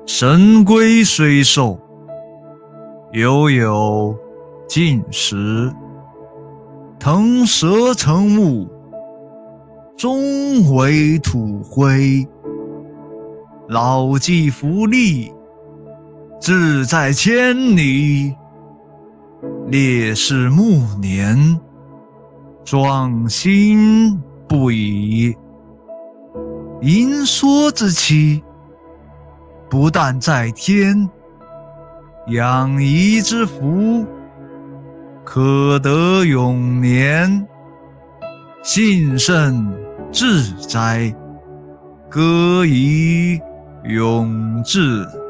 神龟虽寿，犹有竟时。腾蛇乘木，终为土灰。老骥伏枥，志在千里。烈士暮年，壮心不已。盈缩之期，不但在天，养怡之福，可得永年。幸甚至哉，歌以咏志。